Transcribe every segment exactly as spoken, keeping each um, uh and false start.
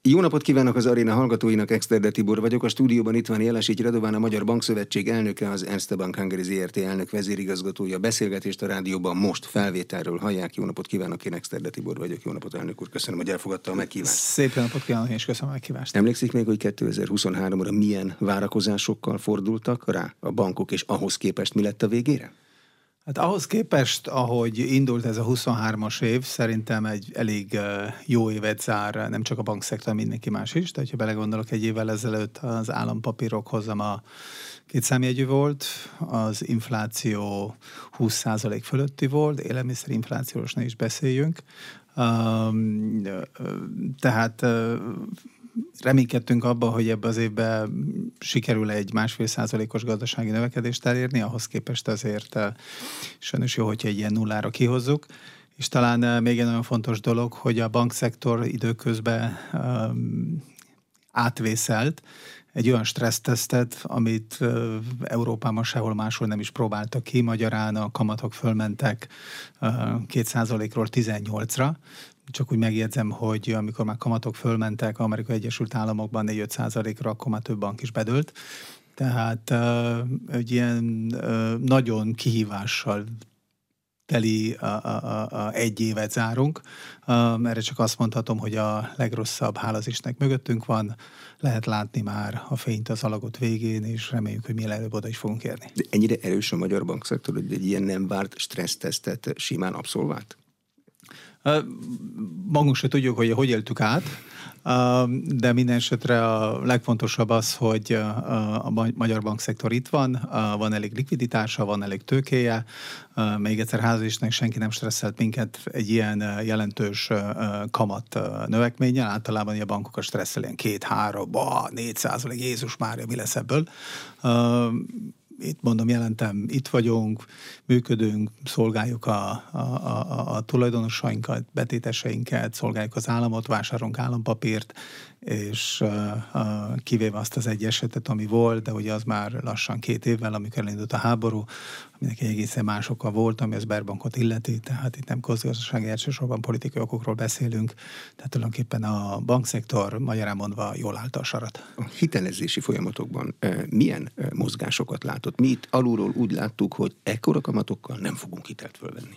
Jó napot kívánok az Aréna hallgatóinak, Exterde Tibor vagyok. A stúdióban itt van Jelesich Radován, a Magyar Bankszövetség elnöke, az Erste Bank Hungary zé er té elnök vezérigazgatója. Beszélgetést a rádióban most felvételről hallják. Jó napot kívánok, én Exterde Tibor vagyok. Jó napot, elnök úr, köszönöm, hogy elfogadta a meghívást. Szép napot kívánok, és köszönöm a meghívást. Emlékszik még, hogy kétezer-huszonháromra milyen várakozásokkal fordultak rá a bankok, és ahhoz képest mi lett a végére? Hát ahhoz képest, ahogy indult ez a huszonhármas év, szerintem egy elég jó évet zár, nem csak a bankszektor, mindenki más is. Tehát, ha belegondolok, egy évvel ezelőtt az állampapírok hozama két számjegyű volt, az infláció húsz százalék fölötti volt, élelmiszerinflációról ne is beszéljünk. Tehát reménykedtünk abban, hogy ebben az évben sikerül egy másfél százalékos gazdasági növekedést elérni, ahhoz képest azért sajnos jó, hogyha egy ilyen nullára kihozzuk. És talán még egy nagyon fontos dolog, hogy a bankszektor időközben um, átvészelt egy olyan stressztesztet, amit uh, Európában sehol máshol nem is próbáltak ki. Magyarán a kamatok fölmentek uh, két százalékról tizennyolcra. Csak úgy megjegyzem, hogy amikor már kamatok fölmentek Amerikai Egyesült Államokban négy-öt százalékra, akkor már több bank is bedőlt. Tehát uh, egy ilyen uh, nagyon kihívással teli a, a, a egy évet zárunk. Uh, erre csak azt mondhatom, hogy a legrosszabb hálazisnek mögöttünk van. Lehet látni már a fényt az alagút végén, és reméljük, hogy mielőbb oda is fogunk érni. De ennyire erős a magyar bankszektor, hogy egy ilyen nem várt stressztesztet simán abszolvált? Magunk se tudjuk, hogy hogy éltük át, de minden esetre a legfontosabb az, hogy a magyar bankszektor itt van, van elég likviditása, van elég tőkéje, még egyszer házasnak senki nem stresszelt minket egy ilyen jelentős kamat növekménnyel, általában a bankok a stresszel ilyen két, három, négy százalék, Jézus Mária, mi lesz ebből? Itt mondom, jelentem, itt vagyunk, működünk, szolgáljuk a, a, a, a tulajdonosainkat, betéteseinket, szolgáljuk az államot, vásárolunk állampapírt, és uh, kivéve azt az egy esetet, ami volt, de ugye az már lassan két évvel, amikor elindult a háború, aminek egy egészen más oka volt, ami az Sberbankot illeti, tehát itt nem közgazdasági, elsősorban politikai okokról beszélünk, tehát tulajdonképpen a bankszektor, magyarán mondva, jól állta a sarat. A hitelezési folyamatokban e, milyen e, mozgásokat látott? Mi itt alulról úgy láttuk, hogy ekkora kamatokkal nem fogunk hitelt fölvenni.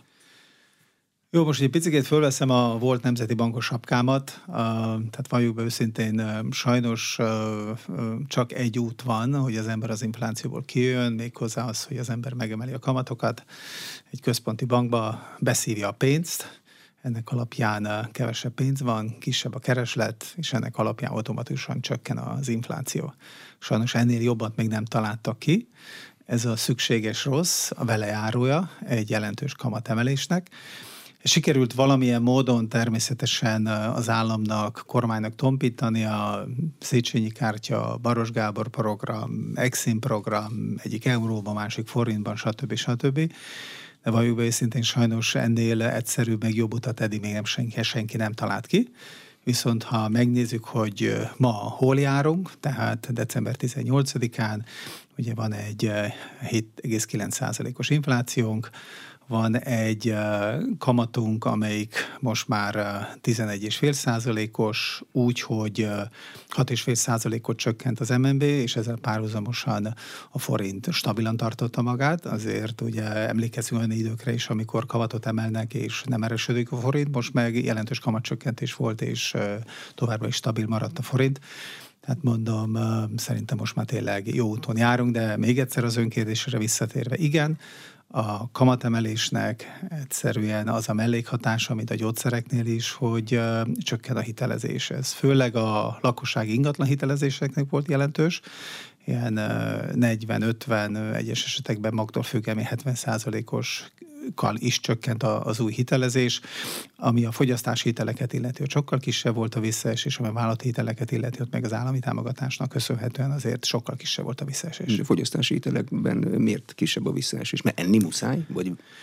Jó, most egy picit fölveszem a volt nemzeti bankos sapkámat, tehát valljuk be őszintén, sajnos csak egy út van, hogy az ember az inflációból kijön, méghozzá az, hogy az ember megemeli a kamatokat, egy központi bankba beszívja a pénzt, ennek alapján kevesebb pénz van, kisebb a kereslet, és ennek alapján automatikusan csökken az infláció. Sajnos ennél jobbat még nem találtak ki. Ez a szükséges rossz, a vele járója egy jelentős kamatemelésnek. Sikerült valamilyen módon természetesen az államnak, kormánynak tompítani a Széchenyi kártya, Baros Gábor program, Exim program, egyik euróban, másik forintban, stb. stb. De valljuk be őszintén, sajnos ennél egyszerűbb, meg jobb utat eddig még nem senki, senki nem talált ki. Viszont ha megnézzük, hogy ma hol járunk, tehát december tizennyolcadikán, ugye van egy hét egész kilenc százalékos inflációnk, van egy kamatunk, amelyik most már tizenegy egész öt százalékos, úgy, hogy hat egész öt százalékot csökkent az em en bé, és ezzel párhuzamosan a forint stabilan tartotta magát. Azért ugye emlékezzünk olyan időkre is, amikor kamatot emelnek, és nem erősödik a forint, most meg jelentős kamatcsökkentés volt, és továbbra is stabil maradt a forint. Tehát mondom, szerintem most már tényleg jó úton járunk, de még egyszer az önkérdésre visszatérve, igen, a kamatemelésnek egyszerűen az a mellékhatása, mint a gyógyszereknél is, hogy uh, csökken a hitelezés. Ez főleg a lakossági ingatlan hitelezéseknek volt jelentős, ilyen uh, negyven-ötven, egyes esetekben magtól függően hetven százalékos kal is csökkent az új hitelezés, ami a fogyasztási hiteleket illeti, hogy sokkal kisebb volt a visszaesés, ami a vállalati hiteleket illeti, ott meg az állami támogatásnak köszönhetően azért sokkal kisebb volt a visszaesés. A fogyasztási hitelekben miért kisebb a visszaesés? Mert enni muszáj? Vagy...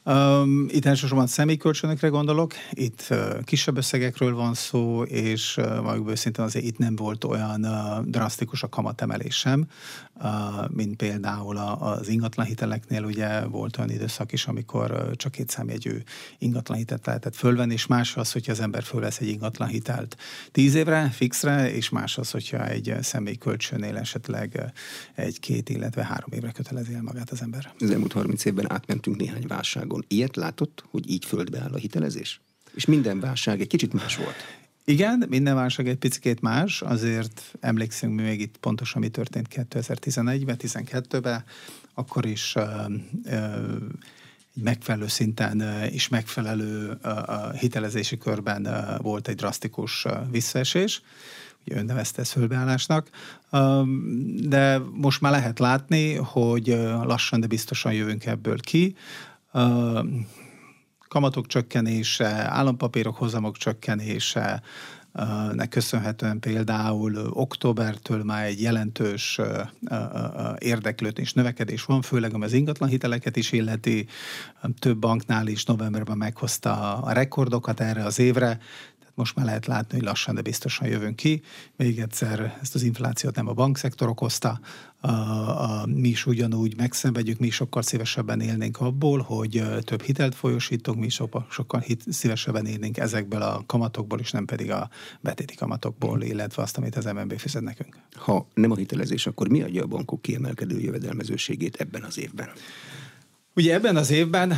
Um, itt elsősorban személykölcsönökre gondolok, itt uh, kisebb összegekről van szó, és uh, valójában őszintén azért itt nem volt olyan uh, drasztikus a kamatemelés sem, uh, mint például a, az ingatlanhiteleknél, ugye volt olyan időszak is, amikor uh, csak két számjegyű ingatlanhitelt lehetett fölvenni, és más az, hogyha az ember fölvesz egy ingatlanhitelt tíz évre, fixre, és más az, hogyha egy személykölcsönnél esetleg uh, egy-két, illetve három évre kötelezi el magát az ember. Az elmúlt harminc évben átmentünk néhány válságon. Ilyet látott, hogy így földbe áll a hitelezés? És minden válság egy kicsit más volt. Igen, minden válság egy picit más, azért emlékszünk mi még itt pontosan, mi történt kétezer-tizenegyben, tizenkettőben, akkor is uh, uh, egy megfelelő szinten uh, és megfelelő uh, hitelezési körben uh, volt egy drasztikus uh, visszaesés, ugye ön nevezte ezt fölbeállásnak, de most már lehet látni, hogy lassan, de biztosan jövünk ebből ki. Kamatok csökkenése, állampapírok hozamok csökkenése, nek köszönhetően például októbertől már egy jelentős érdeklődés, növekedés van, főleg ami az ingatlanhiteleket is illeti. Több banknál is novemberben meghozta a rekordokat erre az évre. Most már lehet látni, hogy lassan, de biztosan jövünk ki. Még egyszer, ezt az inflációt nem a bankszektor okozta. A, a, mi is ugyanúgy megszenvedjük, mi sokkal szívesebben élnénk abból, hogy több hitelt folyósítunk, mi sokkal, sokkal hit, szívesebben élnénk ezekből a kamatokból, és nem pedig a betéti kamatokból, illetve azt, amit az em en bé fizet nekünk. Ha nem a hitelezés, akkor mi adja a bankok kiemelkedő jövedelmezőségét ebben az évben? Ugye ebben az évben uh,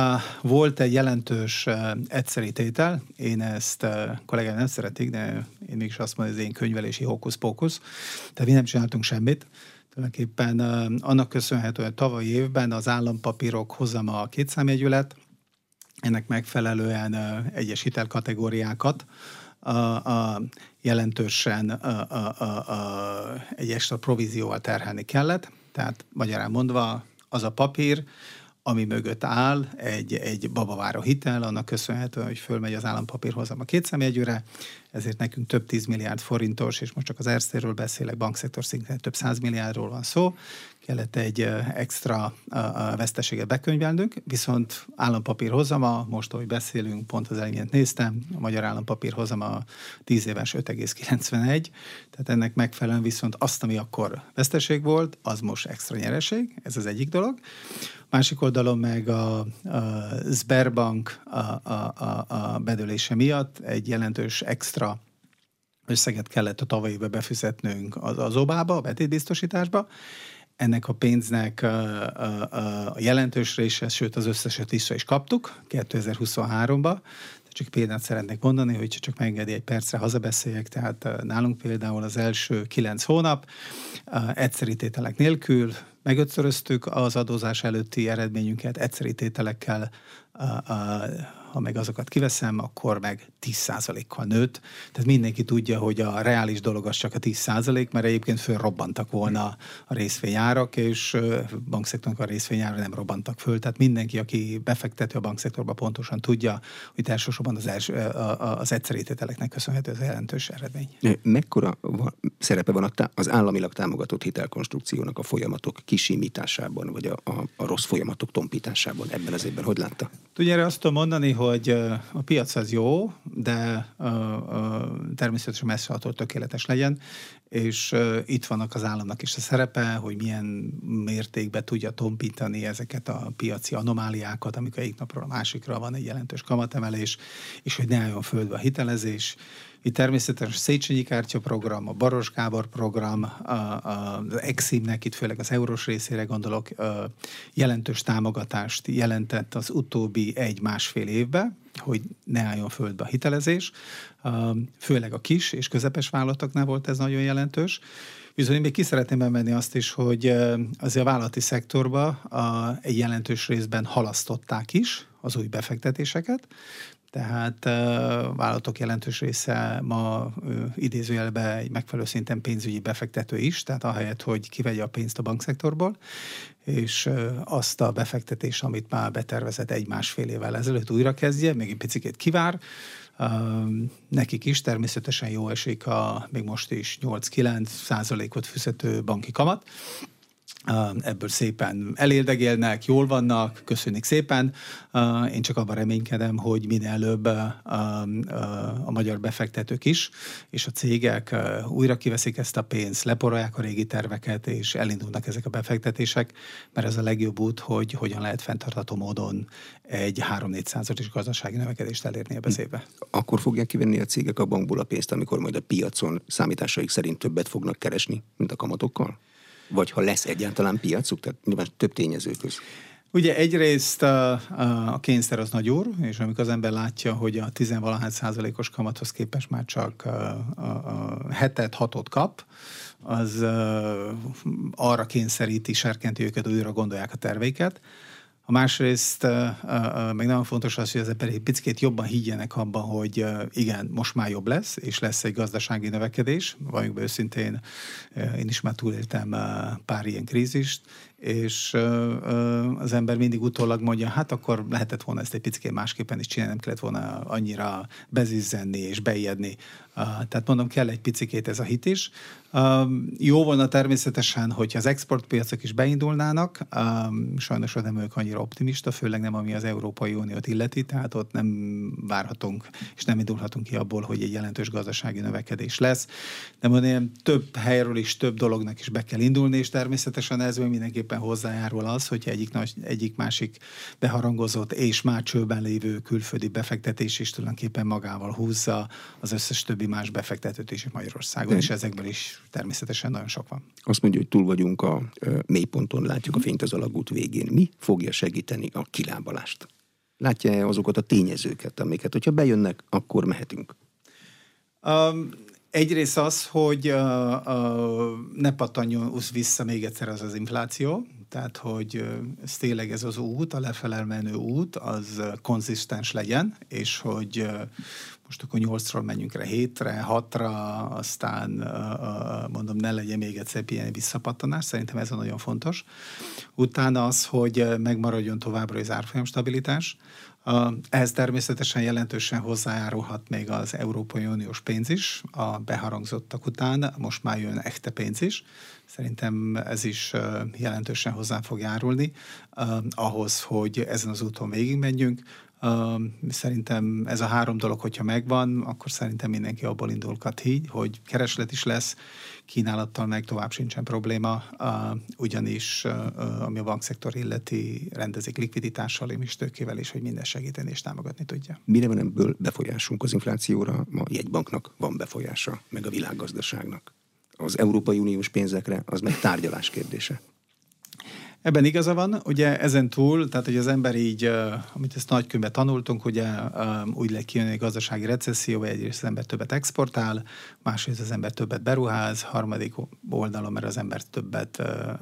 volt egy jelentős uh, egyszeri tétel, én ezt uh, kollégám nem szeretik, de én mégis azt mondom, hogy ez én könyvelési hókusz-pókusz, tehát mi nem csináltunk semmit. Tulajdonképpen uh, annak köszönhetően tavalyi évben az állampapírok hozama a kétszámjegyű lett, ennek megfelelően uh, egyes hitelkategóriákat uh, uh, jelentősen uh, uh, uh, uh, egy extra provízióval terhelni kellett, tehát magyarán mondva az a papír, ami mögött áll egy, egy babaváró hitel, annak köszönhetően, hogy fölmegy az állampapírhozam a kétszámjegyűre, ezért nekünk több tíz milliárd forintos, és most csak az Erste-ről beszélek, bankszektor szinten több száz milliárdról van szó, kellett egy extra veszteséget bekönyvelnünk, viszont állampapírhozama, most, ahogy beszélünk, pont az elményt néztem, a magyar állampapírhozama tíz éves öt egész kilencvenegy, tehát ennek megfelelően viszont azt, ami akkor veszteség volt, az most extra nyereség, ez az egyik dolog. Másik oldalon meg a, a Sberbank a, a, a, a bedőlése miatt egy jelentős extra összeget kellett a tavalyi évben befizetnünk az, az obába, a betétbiztosításba. Ennek a pénznek a, a, a jelentős része, sőt az összeset vissza is kaptuk kétezer-huszonháromba. Csak példát szeretnék mondani, hogy csak megengedi egy percre hazabeszéljek, tehát nálunk például az első kilenc hónap egyszeri tételek nélkül megötszöröztük az adózás előtti eredményünket, egyszeri tételekkel, ha meg azokat kiveszem, akkor meg tíz százalékkal nőtt. Tehát mindenki tudja, hogy a reális dolog az csak a tíz százalék, mert egyébként fölrobbantak volna a részvényárak, és bankszektornak a részvényára nem robbantak föl. Tehát mindenki, aki befektető a bankszektorba, pontosan tudja, hogy elsősorban az, els, az egyszeri tételeknek köszönhető az jelentős eredmény. Mekkora szerepe van az államilag támogatott hitelkonstrukciónak a folyamatok kisimításában, vagy a, a, a rossz folyamatok tompításában ebben az évben? Hogy látta? Ugye erre azt tudom mondani, hogy a piac az jó, de uh, uh, természetesen messze attól tökéletes legyen, és uh, itt vannak az államnak is a szerepe, hogy milyen mértékben tudja tompítani ezeket a piaci anomáliákat, amikor egyik napról a másikra van egy jelentős kamatemelés, és hogy ne álljon földbe a hitelezés. Itt természetesen a Széchenyi kártya program, a Baros Gábor program, a, a, az Eximnek, itt főleg az eurós részére gondolok, jelentős támogatást jelentett az utóbbi egy-másfél évben, hogy ne álljon földbe a hitelezés. Főleg a kis és közepes vállalatoknál volt ez nagyon jelentős. Viszont én még ki szeretném emelni azt is, hogy azért a vállalati szektorban a, egy jelentős részben halasztották is az új befektetéseket, tehát a vállalatok jelentős része ma idézőjelben egy megfelelő szinten pénzügyi befektető is, tehát ahelyett, hogy kivegye a pénzt a bankszektorból, és azt a befektetést, amit már betervezett egy-másfél évvel ezelőtt újra kezdje, még egy picit kivár, nekik is természetesen jó esik a még most is nyolc-kilenc százalékot fizető banki kamat. ebből szépen elérdegélnek, jól vannak, köszönjük szépen. Én csak abban reménykedem, hogy minél előbb a magyar befektetők is, és a cégek újra kiveszik ezt a pénzt, leporolják a régi terveket, és elindulnak ezek a befektetések, mert ez a legjobb út, hogy hogyan lehet fenntartható módon egy három-négy százalékos gazdasági növekedést elérni ebbe az évben. Akkor fogják kivenni a cégek a bankból a pénzt, amikor majd a piacon számításaik szerint többet fognak keresni, mint a kamatokkal? Vagy ha lesz egyáltalán piacuk, tehát nyilván több tényező köz. Ugye egyrészt a, a kényszer az nagy úr, és amikor az ember látja, hogy a tizenvalahány százalékos kamathoz képest már csak a, a, a hetet, hatot kap, az a, arra kényszeríti, serkenti őket, újra gondolják a terveiket. A másrészt a, a, meg nagyon fontos az, hogy az emberek egy picit jobban higgyenek abban, hogy igen, most már jobb lesz, és lesz egy gazdasági növekedés. Valljuk be őszintén, én is már túléltem pár ilyen krízist, és az ember mindig utólag mondja, hát akkor lehetett volna ezt egy picit másképpen is csinálni, nem kellett volna annyira bezizzenni és beijedni. Tehát mondom, kell egy picikét ez a hit is. Jó volna természetesen, hogyha az exportpiacok is beindulnának, sajnos nem ők annyira optimista, főleg nem ami az Európai Uniót illeti, tehát ott nem várhatunk, és nem indulhatunk ki abból, hogy egy jelentős gazdasági növekedés lesz. De mondom, több helyről is, több dolognak is be kell indulni, és természetesen ez mindenképpen hozzájárul az, hogy egyik, egyik másik beharangozott és már csőben lévő külföldi befektetés is tulajdonképpen magával húzza az összes többi más befektetőt is Magyarországon, De. és ezekből is természetesen nagyon sok van. Azt mondja, hogy túl vagyunk a uh, mélyponton, látjuk a fényt az alagút végén. Mi fogja segíteni a kilábalást? Látja-e azokat a tényezőket, amiket, hogyha bejönnek, akkor mehetünk? Um, Egyrészt az, hogy uh, uh, ne pattanjon vissza még egyszer az az infláció, tehát hogy uh, ez tényleg ez az út, a lefelé menő út, az uh, konzisztens legyen, és hogy uh, most akkor nyolcról menjünk rá hétre, hatra, aztán uh, mondom, ne legyen még egyszer ilyen visszapattanás, szerintem ez a nagyon fontos. Utána az, hogy uh, megmaradjon továbbra az árfolyam stabilitás. Uh, ehhez természetesen jelentősen hozzájárulhat még az Európai Uniós pénz is, a beharangzottak után, most már jön echte pénz is. Szerintem ez is uh, jelentősen hozzá fog járulni uh, ahhoz, hogy ezen az úton végigmenjünk. Uh, szerintem ez a három dolog, hogyha megvan, akkor szerintem mindenki abból indulhat így, hogy kereslet is lesz, kínálattal meg tovább sincsen probléma, uh, ugyanis uh, ami a bankszektor illeti rendezik likviditással, és tőkével is, hogy minden segíteni és támogatni tudja. Mire van ebből befolyásunk az inflációra? Ma jegybanknak van befolyása, meg a világgazdaságnak. Az Európai Uniós pénzekre az meg tárgyalás kérdése. Ebben igaza van, ugye ezen túl, tehát hogy az ember így, amit ezt nagykönyvben tanultunk, ugye úgy lehet kijönni egy gazdasági recesszióba, egyrészt az ember többet exportál, másrészt az ember többet beruház, harmadik oldalon, mert az ember többet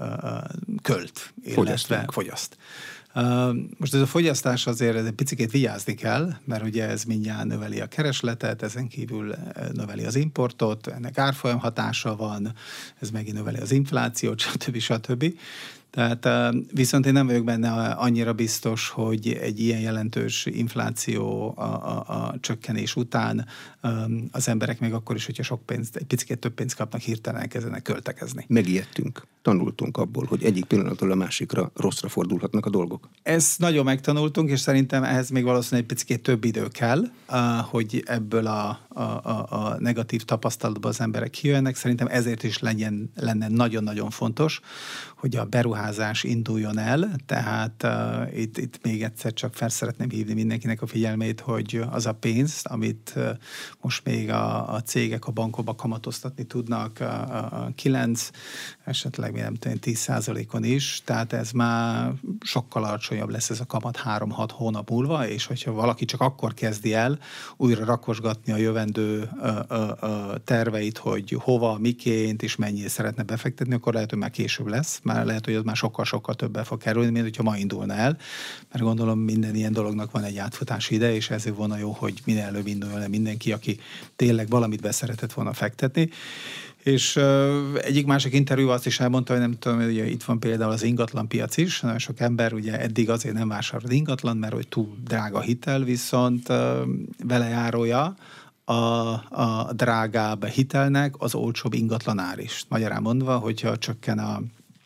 költ, illetve fogyaszt. Most ez a fogyasztás azért egy picit vigyázni kell, mert ugye ez mindjárt növeli a keresletet, ezen kívül növeli az importot, ennek árfolyam hatása van, ez megint növeli az inflációt, stb. stb. Tehát viszont én nem vagyok benne annyira biztos, hogy egy ilyen jelentős infláció a, a, a csökkenés után az emberek még akkor is, hogyha sok pénzt, egy picit több pénzt kapnak, hirtelen elkezdenek költekezni. Megijedtünk, tanultunk abból, hogy egyik pillanatról a másikra rosszra fordulhatnak a dolgok. Ezt nagyon megtanultunk, és szerintem ehhez még valószínűleg egy picit több idő kell, hogy ebből a, a, a, a negatív tapasztalatból az emberek kijönnek. Szerintem ezért is legyen, lenne nagyon-nagyon fontos, hogy a beruházás induljon el, tehát uh, itt, itt még egyszer csak fel szeretném hívni mindenkinek a figyelmét, hogy az a pénz, amit uh, most még a, a cégek a bankokba kamatoztatni tudnak a, a kilenc, esetleg nem tudom, tíz százalékon is, tehát ez már sokkal alacsonyabb lesz ez a kamat három-hat hónap múlva, és hogyha valaki csak akkor kezdi el újra rakosgatni a jövendő uh, uh, uh, terveit, hogy hova, miként és mennyire szeretne befektetni, akkor lehet, hogy már később lesz, már lehet, hogy az már sokkal-sokkal többel fog kerülni, mint hogyha ma indulna el, mert gondolom minden ilyen dolognak van egy átfutási ide, és ezért volna jó, hogy minél előbb induljon el mindenki, aki tényleg valamit beszeretett volna fektetni. És uh, egyik másik interjú azt is elmondta, hogy nem tudom, hogy ugye itt van például az ingatlan piac is, nagyon sok ember ugye eddig azért nem vásárol ingatlan, mert hogy túl drága hitel, viszont uh, velejárója a, a drágább hitelnek az olcsóbb ingatlanár is. Magyarán mondva, hogyha csökken a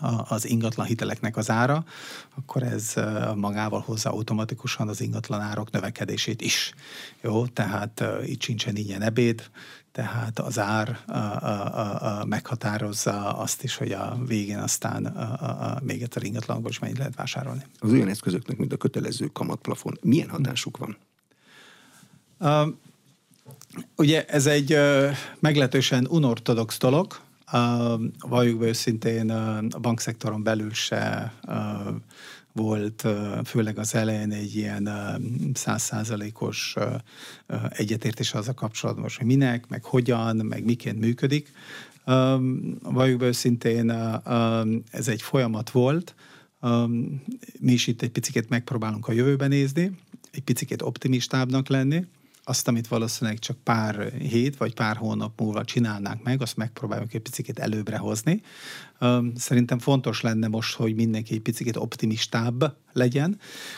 az ingatlan hiteleknek az ára, akkor ez magával hozza automatikusan az ingatlan árok növekedését is. Jó, tehát itt sincsen ingyen ebéd, tehát az ár a, a, a, a meghatározza azt is, hogy a végén aztán a, a, még egyszer ingatlanokból is mennyit lehet vásárolni. Az olyan eszközöknek, mint a kötelező kamatplafon, milyen hatásuk van? Uh, ugye ez egy uh, meglehetősen unortodox dolog. Uh, valljuk be őszintén, uh, a bankszektoron belül se uh, volt, uh, főleg az elején egy ilyen száz százalékos uh, uh, egyetértés azzal kapcsolatban, hogy minek, meg hogyan, meg miként működik. Uh, valljuk be őszintén, uh, uh, ez egy folyamat volt. Uh, mi is itt egy picit megpróbálunk a jövőben nézni, egy picit optimistábbnak lenni. Azt, amit valószínűleg csak pár hét vagy pár hónap múlva csinálnánk meg, azt megpróbáljuk egy picit előbbre hozni. Szerintem fontos lenne most, hogy mindenki egy picit optimistább legyen.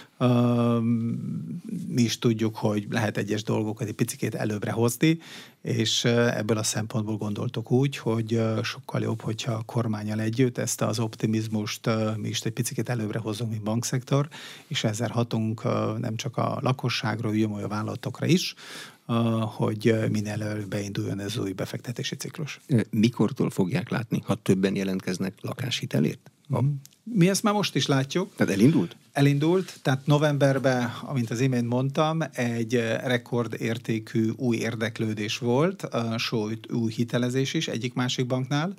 Mi is tudjuk, hogy lehet egyes dolgokat egy picit előbbre hozni, és ebből a szempontból gondoltuk úgy, hogy sokkal jobb, hogyha a kormánnyal együtt ezt az optimizmust mi is egy picit előbbre hozunk, mint bankszektor, és ezzel hatunk nem csak a lakosságra, hanem a vállalatokra is, hogy minél előbb beinduljon ez új befektetési ciklus. Mikortól fogják látni, ha többen jelentkeznek lakáshitelért? A... Mi ezt már most is látjuk. Tehát elindult? Elindult, tehát novemberben, amint az imént mondtam, egy rekordértékű új érdeklődés volt, sőt új hitelezés is egyik-másik banknál.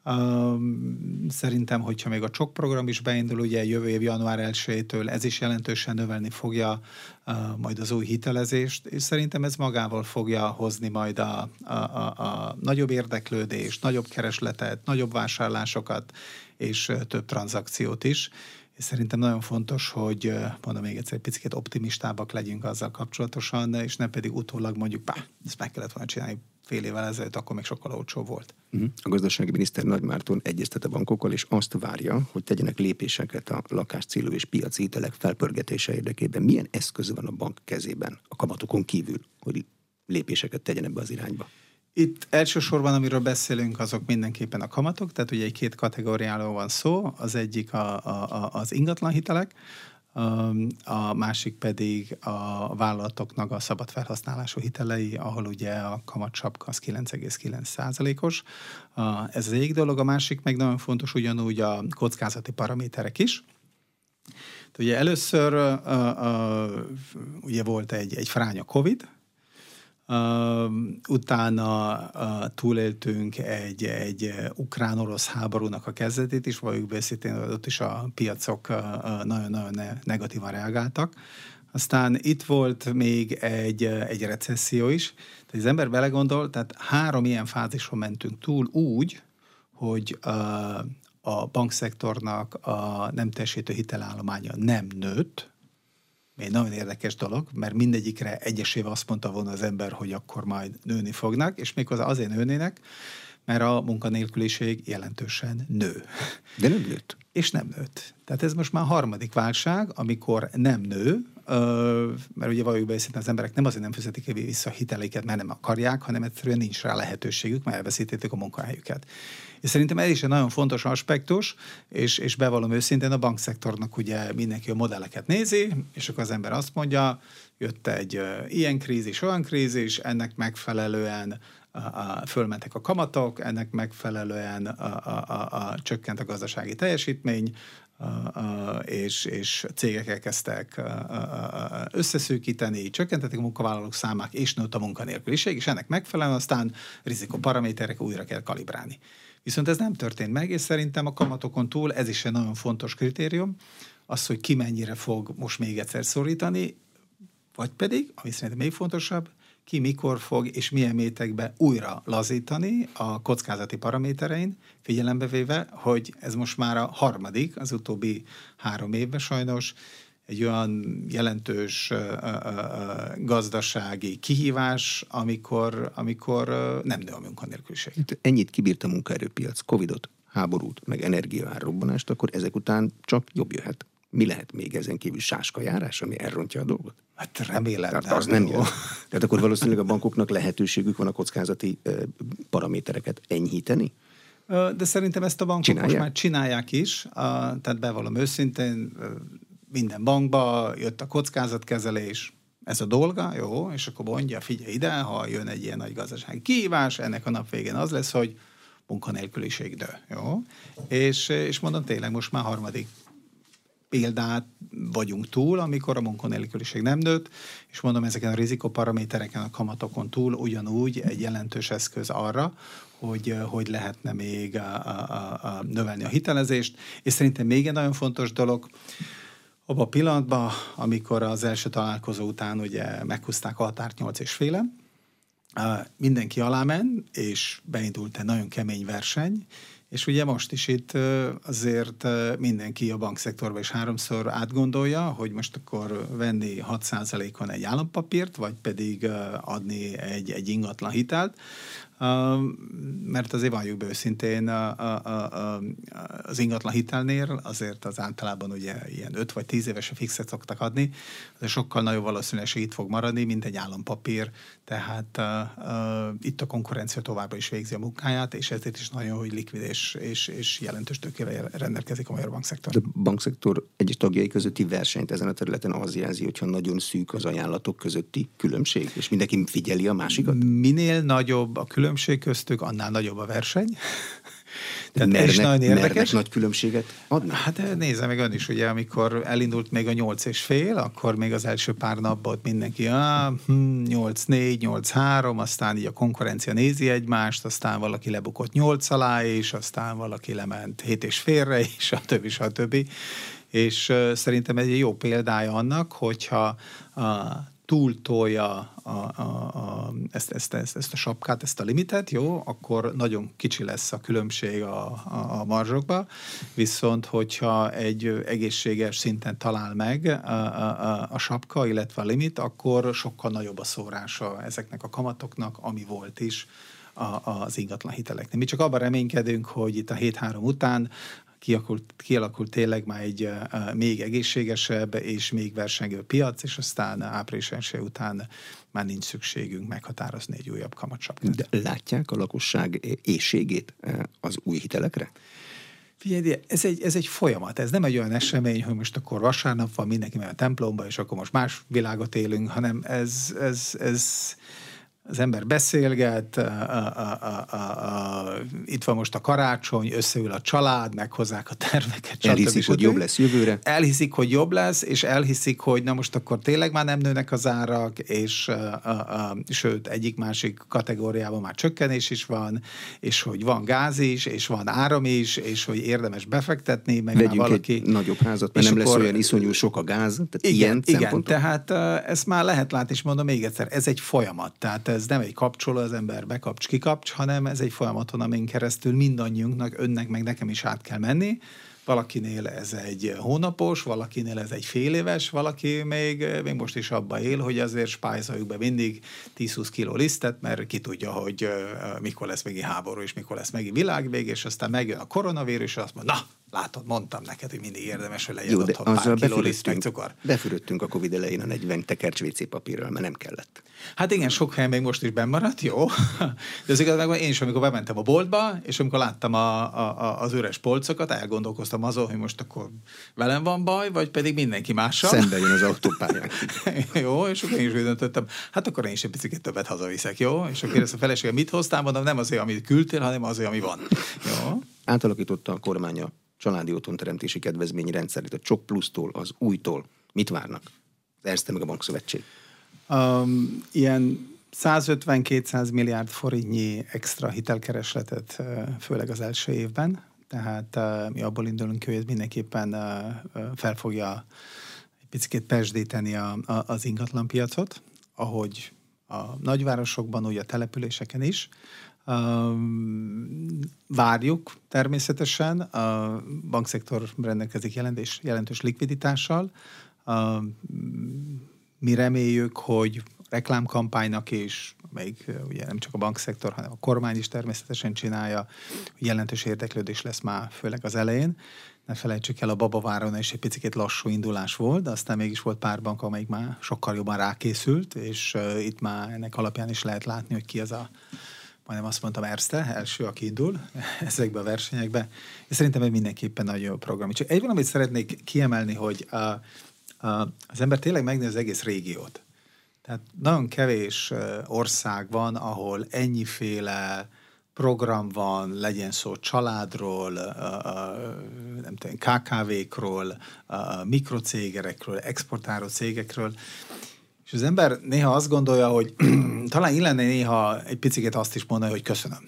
Szerintem, hogyha még a csok program is beindul, ugye jövő év január elsejétől ez is jelentősen növelni fogja majd az új hitelezést, és szerintem ez magával fogja hozni majd a, a, a, a nagyobb érdeklődést, nagyobb keresletet, nagyobb vásárlásokat, és több tranzakciót is. És szerintem nagyon fontos, hogy mondom még egyszer, egy picit optimistábbak legyünk azzal kapcsolatosan, és nem pedig utólag mondjuk, bá, ezt meg kellett volna csinálni fél évvel ezelőtt, akkor még sokkal olcsóbb volt. A gazdasági miniszter Nagy Márton egyeztet a bankokkal, és azt várja, hogy tegyenek lépéseket a lakáscélú és piaci hitelek felpörgetése érdekében. Milyen eszköz van a bank kezében, a kamatokon kívül, hogy lépéseket tegyen ebbe az irányba? Itt elsősorban, amiről beszélünk, azok mindenképpen a kamatok, tehát ugye egy két kategóriáról van szó, az egyik a, a, az ingatlan hitelek, a másik pedig a vállalatoknak a szabad felhasználású hitelei, ahol ugye a kamatsapka az kilenc egész kilenc százalékos. Ez az egyik dolog, a másik meg nagyon fontos ugyanúgy a kockázati paraméterek is. Ugye először uh, uh, ugye volt egy, egy fránya Covid, Uh, utána uh, túléltünk egy, egy ukrán-orosz háborúnak a kezdetét is, valljuk be őszintén, ott is a piacok uh, nagyon-nagyon ne, negatívan reagáltak. Aztán itt volt még egy, egy recesszió is. Tehát az ember belegondol, tehát három ilyen fázison mentünk túl úgy, hogy uh, a bankszektornak a nem teljesítő hitelállománya nem nőtt. Egy nagyon érdekes dolog, mert mindegyikre egyesével azt mondta volna az ember, hogy akkor majd nőni fognak, és méghozzá azért nőnének, mert a munkanélküliség jelentősen nő. De nem nőtt. És nem nőtt. Tehát ez most már a harmadik válság, amikor nem nő, mert ugye valljuk be őszintén, az emberek nem azért nem fizetik vissza a hiteleiket, mert nem akarják, hanem egyszerűen nincs rá lehetőségük, mert elveszítették a munkahelyüket. És szerintem ez is egy nagyon fontos aspektus, és, és bevallom őszintén, a bankszektornak ugye mindenki a modelleket nézi, és akkor az ember azt mondja, jött egy uh, ilyen krízis, olyan krízis, ennek megfelelően uh, uh, fölmentek a kamatok, ennek megfelelően uh, uh, uh, uh, csökkent a gazdasági teljesítmény, uh, uh, és, és cégek elkezdtek uh, uh, összeszűkíteni, csökkentették a munkavállalók számát, és nőtt a munkanélküliség, és ennek megfelelően aztán rizikoparaméterek újra kell kalibrálni. Viszont ez nem történt meg, és szerintem a kamatokon túl ez is egy nagyon fontos kritérium, az, hogy ki mennyire fog most még egyszer szorítani, vagy pedig, ami szerintem még fontosabb, ki mikor fog és milyen mértékben újra lazítani a kockázati paraméterein, figyelembe véve, hogy ez most már a harmadik, az utóbbi három évben sajnos, egy olyan jelentős uh, uh, gazdasági kihívás, amikor, amikor uh, nem nő a munkanélküliség. Ennyit kibírt a munkaerőpiac, Covidot, háborút, meg energiaárrobbanást, akkor ezek után csak jobb jöhet. Mi lehet még ezen kívül sáskajárás, ami elrontja a dolgot? Hát remélem. Tehát az nem jó. Tehát akkor valószínűleg a bankoknak lehetőségük van a kockázati uh, paramétereket enyhíteni? De szerintem ezt a bankok Csinálják? most már csinálják is, tehát bevallom őszintén, minden bankba jött a kockázatkezelés, ez a dolga, jó, és akkor mondja, figyelj ide, ha jön egy ilyen nagy gazdasági kihívás, ennek a nap végén az lesz, hogy munkanélküliség dö, jó? És, és mondom, tényleg most már harmadik példát vagyunk túl, amikor a munkanélküliség nem nőtt, és mondom, ezeken a rizikoparamétereken, a kamatokon túl ugyanúgy egy jelentős eszköz arra, hogy, hogy lehetne még a, a, a növelni a hitelezést, és szerintem még egy nagyon fontos dolog, abban a pillanatban, amikor az első találkozó után ugye meghúzták a határt nyolc és féle, mindenki alámen, és beindult egy nagyon kemény verseny, és ugye most is itt azért mindenki a bankszektorban is háromszor átgondolja, hogy most akkor venni hat százalékon egy állampapírt, vagy pedig adni egy, egy ingatlan hitelt, mert azért valljuk be őszintén a, a, a, az ingatlan hitelnél azért az általában ugye ilyen öt vagy tíz éves fixet szoktak adni, de sokkal nagyobb valószínűleg itt fog maradni, mint egy állampapír, tehát uh, uh, itt a konkurencia továbbra is végzi a munkáját, és ezért is nagyon, hogy likvid és, és, és jelentős tőkére rendelkezik a magyar bankszektor. A bankszektor egyes tagjai közötti versenyt ezen a területen az jelzi, hogyha nagyon szűk az ajánlatok közötti különbség, és mindenki figyeli a másikat? Minél nagyobb a különbség köztük, annál nagyobb a verseny. Tehát mernek, ez nagyon érdekes. Mernek nagy különbséget adni? Hát nézze meg ön is, ugye, amikor elindult még a nyolc és fél, akkor még az első pár napban mindenki ah, hm, nyolc négy, nyolc három, aztán így a konkurencia nézi egymást, aztán valaki lebukott nyolc alá is, aztán valaki lement hét és félre is, stb. stb. És uh, szerintem ez egy jó példája annak, hogyha uh, túltolja a, a, a, ezt, ezt, ezt, ezt a sapkát, ezt a limitet, jó, akkor nagyon kicsi lesz a különbség a, a, a marzsokba, viszont hogyha egy egészséges szinten talál meg a, a, a sapka, illetve a limit, akkor sokkal nagyobb a szórása ezeknek a kamatoknak, ami volt is a, az ingatlan hiteleknél. Mi csak abban reménykedünk, hogy itt a hét három után Kialakult, kialakult tényleg már egy uh, még egészségesebb és még versengő piac, és aztán április első után már nincs szükségünk meghatározni egy újabb kamatsapkát. De látják a lakosság éhségét az új hitelekre? Figyelj, ez egy, ez egy folyamat, ez nem egy olyan esemény, hogy most akkor vasárnap van, mindenki megy a templomba, és akkor most más világot élünk, hanem ez... ez, ez az ember beszélget, a, a, a, a, a, itt van most a karácsony, összeül a család, meghozzák a terveket. Elhiszik, hogy jobb lesz jövőre. Elhiszik, hogy jobb lesz, és elhiszik, hogy na most akkor tényleg már nem nőnek az árak, és a, a, a, sőt, egyik-másik kategóriában már csökkenés is van, és hogy van gáz is, és van áram is, és hogy érdemes befektetni, meg Vegyünk már valaki... egy nagyobb házat, mert nem lesz olyan iszonyú sok a gáz, tehát igen, ilyen igen, szempontok. tehát ezt már lehet látni, és mondom még egyszer, ez egy folyamat, tehát ez nem egy kapcsoló, az ember bekapcs, kikapcs, hanem ez egy folyamaton, amin keresztül mindannyiunknak, önnek, meg nekem is át kell menni. Valakinél ez egy hónapos, valakinél ez egy fél éves, valaki még, még most is abba él, hogy azért spájzoljuk be mindig tíz-húsz kiló lisztet, mert ki tudja, hogy uh, mikor lesz megint háború, és mikor lesz megint világvég, és aztán megjön a koronavírus, és azt mondja, na, látod, mondtam neked, hogy mindig érdemes, hogy legyen otthon pár kiló liszt, meg cukor. Befürödtünk a Covid elején a negyven tekercs vé cé papírral, mert nem kellett. Hát igen, sok helyen még most is benn maradt, jó. De az igazán én is, amikor bementem a boltba, és amikor láttam a, a, az üres polcokat, elgondolkoztam azon, hogy most akkor velem van baj, vagy pedig mindenki mással. Szembe jön az autópályán. Jó, és akkor én is úgy döntöttem, hát akkor én is egy picit többet hazaviszek, jó? És akkor ezt a feleségem mit hoztál, mondom, nem azért, amit küldtél, hanem azért, ami van. Jó? Átalakította a kormány a családi otthonteremtési kedvezmény rendszerét, a Csok Plusztól, az újtól. Mit várnak? Az Erste meg a Bankszövetség. Um, ilyen százötven-kétszáz milliárd forintnyi extra hitelkeresletet, főleg az első évben. Tehát uh, mi abból indulunk, hogy ez mindenképpen uh, fel fogja egy picit pesdíteni a, a, az ingatlanpiacot, ahogy a nagyvárosokban, úgy a településeken is. Um, várjuk természetesen, a bankszektor rendelkezik jelentős, jelentős likviditással. Um, mi reméljük, hogy reklámkampánynak is, még ugye nem csak a bankszektor, hanem a kormány is természetesen csinálja, hogy jelentős érdeklődés lesz már főleg az elején. Ne felejtsük el, a Babaváron is egy picit lassú indulás volt, de aztán mégis volt pár bank, amelyik már sokkal jobban rákészült, és uh, itt már ennek alapján is lehet látni, hogy ki az a majdnem azt mondtam Erste, első, aki indul ezekbe a versenyekbe, és szerintem ez mindenképpen nagyon jó program. Csak egy valamit szeretnék kiemelni, hogy a, a, az ember tényleg megnézi az egész régiót. Tehát nagyon kevés ország van, ahol ennyiféle program van, legyen szó családról, nem tudom, ká ká vékról, mikrocégerekről, exportáló cégekről, és az ember néha azt gondolja, hogy talán illene néha egy picit azt is mondani, hogy köszönöm.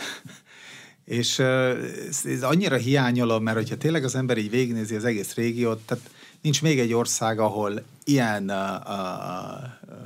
És ez annyira hiányolom, mert hogyha tényleg az ember így végignézi az egész régiót, tehát nincs még egy ország, ahol ilyen uh, uh,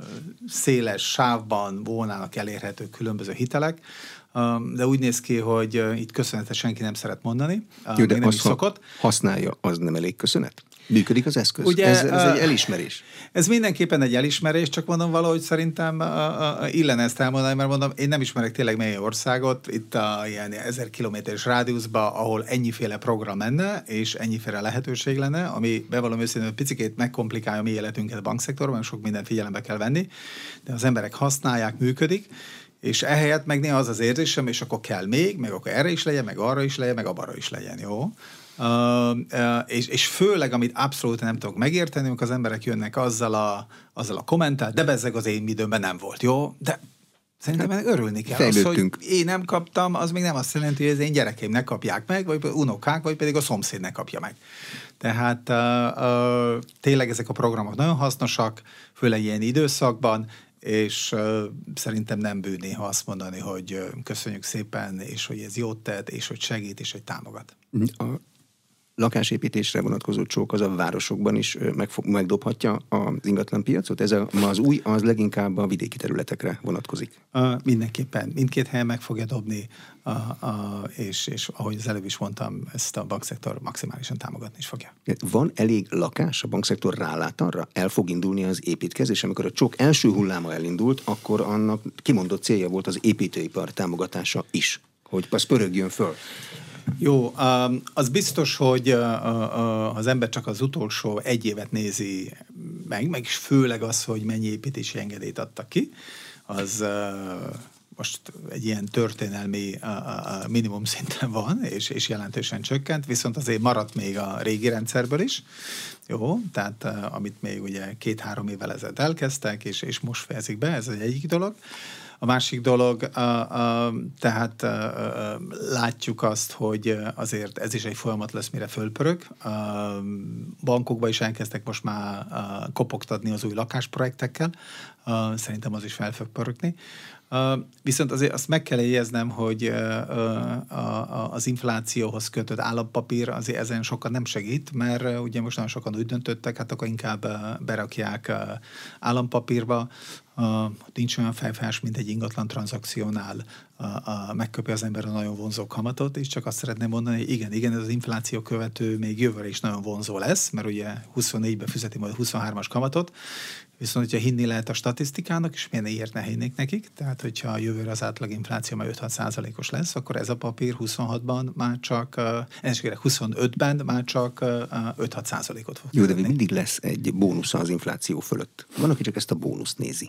széles sávban volnának elérhető különböző hitelek, uh, de úgy néz ki, hogy uh, itt köszönetet senki nem szeret mondani. Uh, Jó, de nem azt, is szokott. használja, az nem elég köszönet? Működik az eszköz? Ugye, ez, ez egy elismerés. Ez mindenképpen egy elismerés, csak mondom valahogy szerintem uh, uh, illene ezt elmondani, mert mondom, én nem ismerek tényleg mely országot, itt a ilyen ezer kilométeres rádiuszban, ahol ennyiféle program menne, és ennyiféle lehetőség lenne, ami bevallom őszintén, hogy picikét megkomplikálja a mi életünket a bankszektorban, sok mindent figyelembe kell venni, de az emberek használják, működik, és ehelyett meg néha az az érzésem, és akkor kell még, meg akkor erre is legyen, meg arra is legyen, meg abbarra is legyen, jó? Uh, uh, és, és főleg, amit abszolút nem tudok megérteni, amikor az emberek jönnek azzal a, azzal a kommentál, de bezzeg az én időmben nem volt, jó? De szerintem hát, örülni kell. Az, hogy én nem kaptam, az még nem azt jelenti, hogy az én gyerekeim ne kapják meg, vagy unokák, vagy pedig a szomszéd ne kapja meg. Tehát uh, uh, tényleg ezek a programok nagyon hasznosak, főleg ilyen időszakban, és uh, szerintem nem bűn néha azt mondani, hogy uh, köszönjük szépen, és hogy ez jót tett, és hogy segít, és hogy támogat. A lakásépítésre vonatkozó csók az a városokban is megfog, megdobhatja az ingatlanpiacot? Ez a, az új, az leginkább a vidéki területekre vonatkozik. Uh, mindenképpen. Mindkét helyen meg fogja dobni, uh, uh, és, és ahogy az előbb is mondtam, ezt a bankszektor maximálisan támogatni is fogja. Van elég lakás? A bankszektor rálát arra? El fog indulni az építkezés? Amikor a csók első hulláma elindult, akkor annak kimondott célja volt az építőipar támogatása is, hogy az pörögjön föl. Jó, az biztos, hogy az ember csak az utolsó egy évet nézi meg, meg is főleg az, hogy mennyi építési engedélyt adtak ki, az most egy ilyen történelmi minimum szinten van, és, és jelentősen csökkent, viszont azért maradt még a régi rendszerből is. Jó, tehát amit még ugye két-három évvel ezelőtt elkezdtek, és, és most fejezik be, ez egy egyik dolog. A másik dolog, uh, uh, tehát uh, uh, látjuk azt, hogy azért ez is egy folyamat lesz, mire fölpörög. Uh, bankokba is elkezdtek most már uh, kopogtatni az új lakásprojektekkel. Uh, szerintem az is fel fog pörögni. Uh, viszont azért azt meg kell jegyeznem, hogy uh, uh, az inflációhoz kötött állampapír azért ezen sokat nem segít, mert uh, ugye most nagyon sokan úgy döntöttek, hát akkor inkább uh, berakják uh, állampapírba, uh, nincs olyan fejfás, mint egy ingatlan tranzakciónál, uh, uh, megköpi az ember a nagyon vonzó kamatot, és csak azt szeretném mondani, hogy igen, igen, ez az infláció követő még jövőre is nagyon vonzó lesz, mert ugye huszonnégyben fizeti majd huszonhármas kamatot, viszont, hogyha hinni lehet a statisztikának, és miért ilyet ne hinnék nekik, tehát hogyha a jövőre az átlag infláció már öt-hat százalékos lesz, akkor ez a papír huszonhatban már csak, uh, huszonötben már csak uh, öt-hat százalékot fog. Jó, de mindig lesz egy bónusza az infláció fölött. Van, aki csak ezt a bónuszt nézi.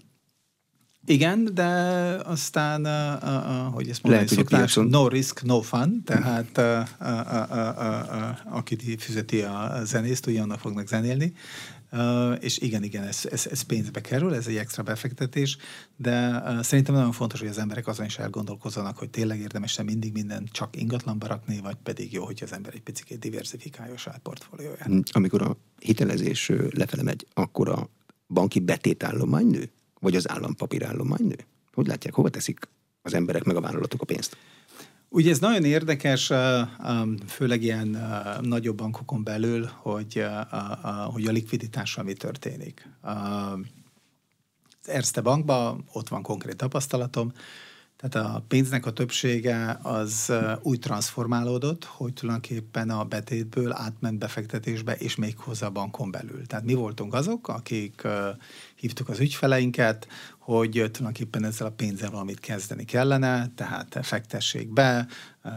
Igen, de aztán, uh, uh, uh, hogy ezt mondani szokták, piacon... no risk, no fun, tehát uh, uh, uh, uh, uh, aki fizeti a zenészt, ugye annak fognak zenélni. Uh, és igen, igen, ez, ez, ez pénzbe kerül, ez egy extra befektetés, de uh, szerintem nagyon fontos, hogy az emberek azon is elgondolkozzanak, hogy tényleg érdemes mindig mindent csak ingatlanba rakni, vagy pedig jó, hogy az ember egy picit diversifikálja a saját portfólióját. Amikor a hitelezés lefele megy, akkor a banki betétállomány nő? Vagy az állampapírállomány nő? Hogy látják, hova teszik az emberek meg a vállalatok a pénzt? Ugye ez nagyon érdekes, főleg ilyen nagyobb bankokon belül, hogy, hogy a likviditással mi történik. Az Erste Bankban ott van konkrét tapasztalatom, tehát a pénznek a többsége az úgy transformálódott, hogy tulajdonképpen a betétből átment befektetésbe, és még hozzá a bankon belül. Tehát mi voltunk azok, akik hívtuk az ügyfeleinket, hogy tulajdonképpen ezzel a pénzzel valamit kezdeni kellene, tehát fektessék be,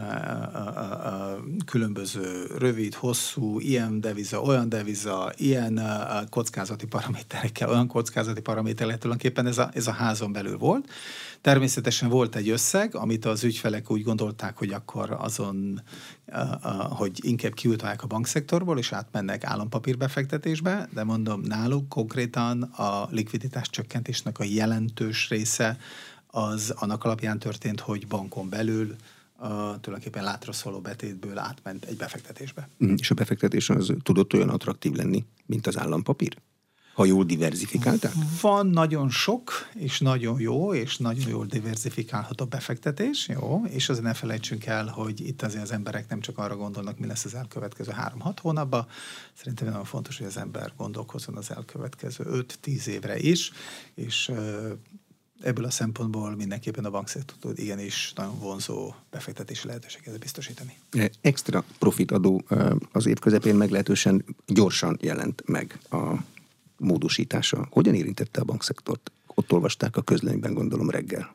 különböző rövid, hosszú, ilyen deviza, olyan deviza, ilyen kockázati paraméterekkel, olyan kockázati paraméterekkel, tulajdonképpen ez a, ez a házon belül volt. Természetesen volt egy összeg, amit az ügyfelek úgy gondolták, hogy akkor azon, hogy inkább kiutalják a bankszektorból, és átmennek állampapírbefektetésbe, de mondom, náluk konkrétan a likviditás csökkentésnek a jelentős része az annak alapján történt, hogy bankon belül Uh, tulajdonképpen látra szóló betétből átment egy befektetésbe. Mm, és a befektetés az tudott olyan attraktív lenni, mint az állampapír? Ha jól diverzifikálták? Van nagyon sok, és nagyon jó, és nagyon jól diverzifikálható befektetés, jó, és azért ne felejtsünk el, hogy itt azért az emberek nem csak arra gondolnak, mi lesz az elkövetkező három-hat hónapban. Szerintem nagyon fontos, hogy az ember gondolkozzon az elkövetkező öt-tíz évre is, és uh, ebből a szempontból mindenképpen a bankszektor tud igenis nagyon vonzó befektetési lehetőséget biztosítani. Extra profit adó az év közepén meglehetősen gyorsan jelent meg a módosítása. Hogyan érintette a bankszektort? Ott olvasták a közlönyben, gondolom, reggel.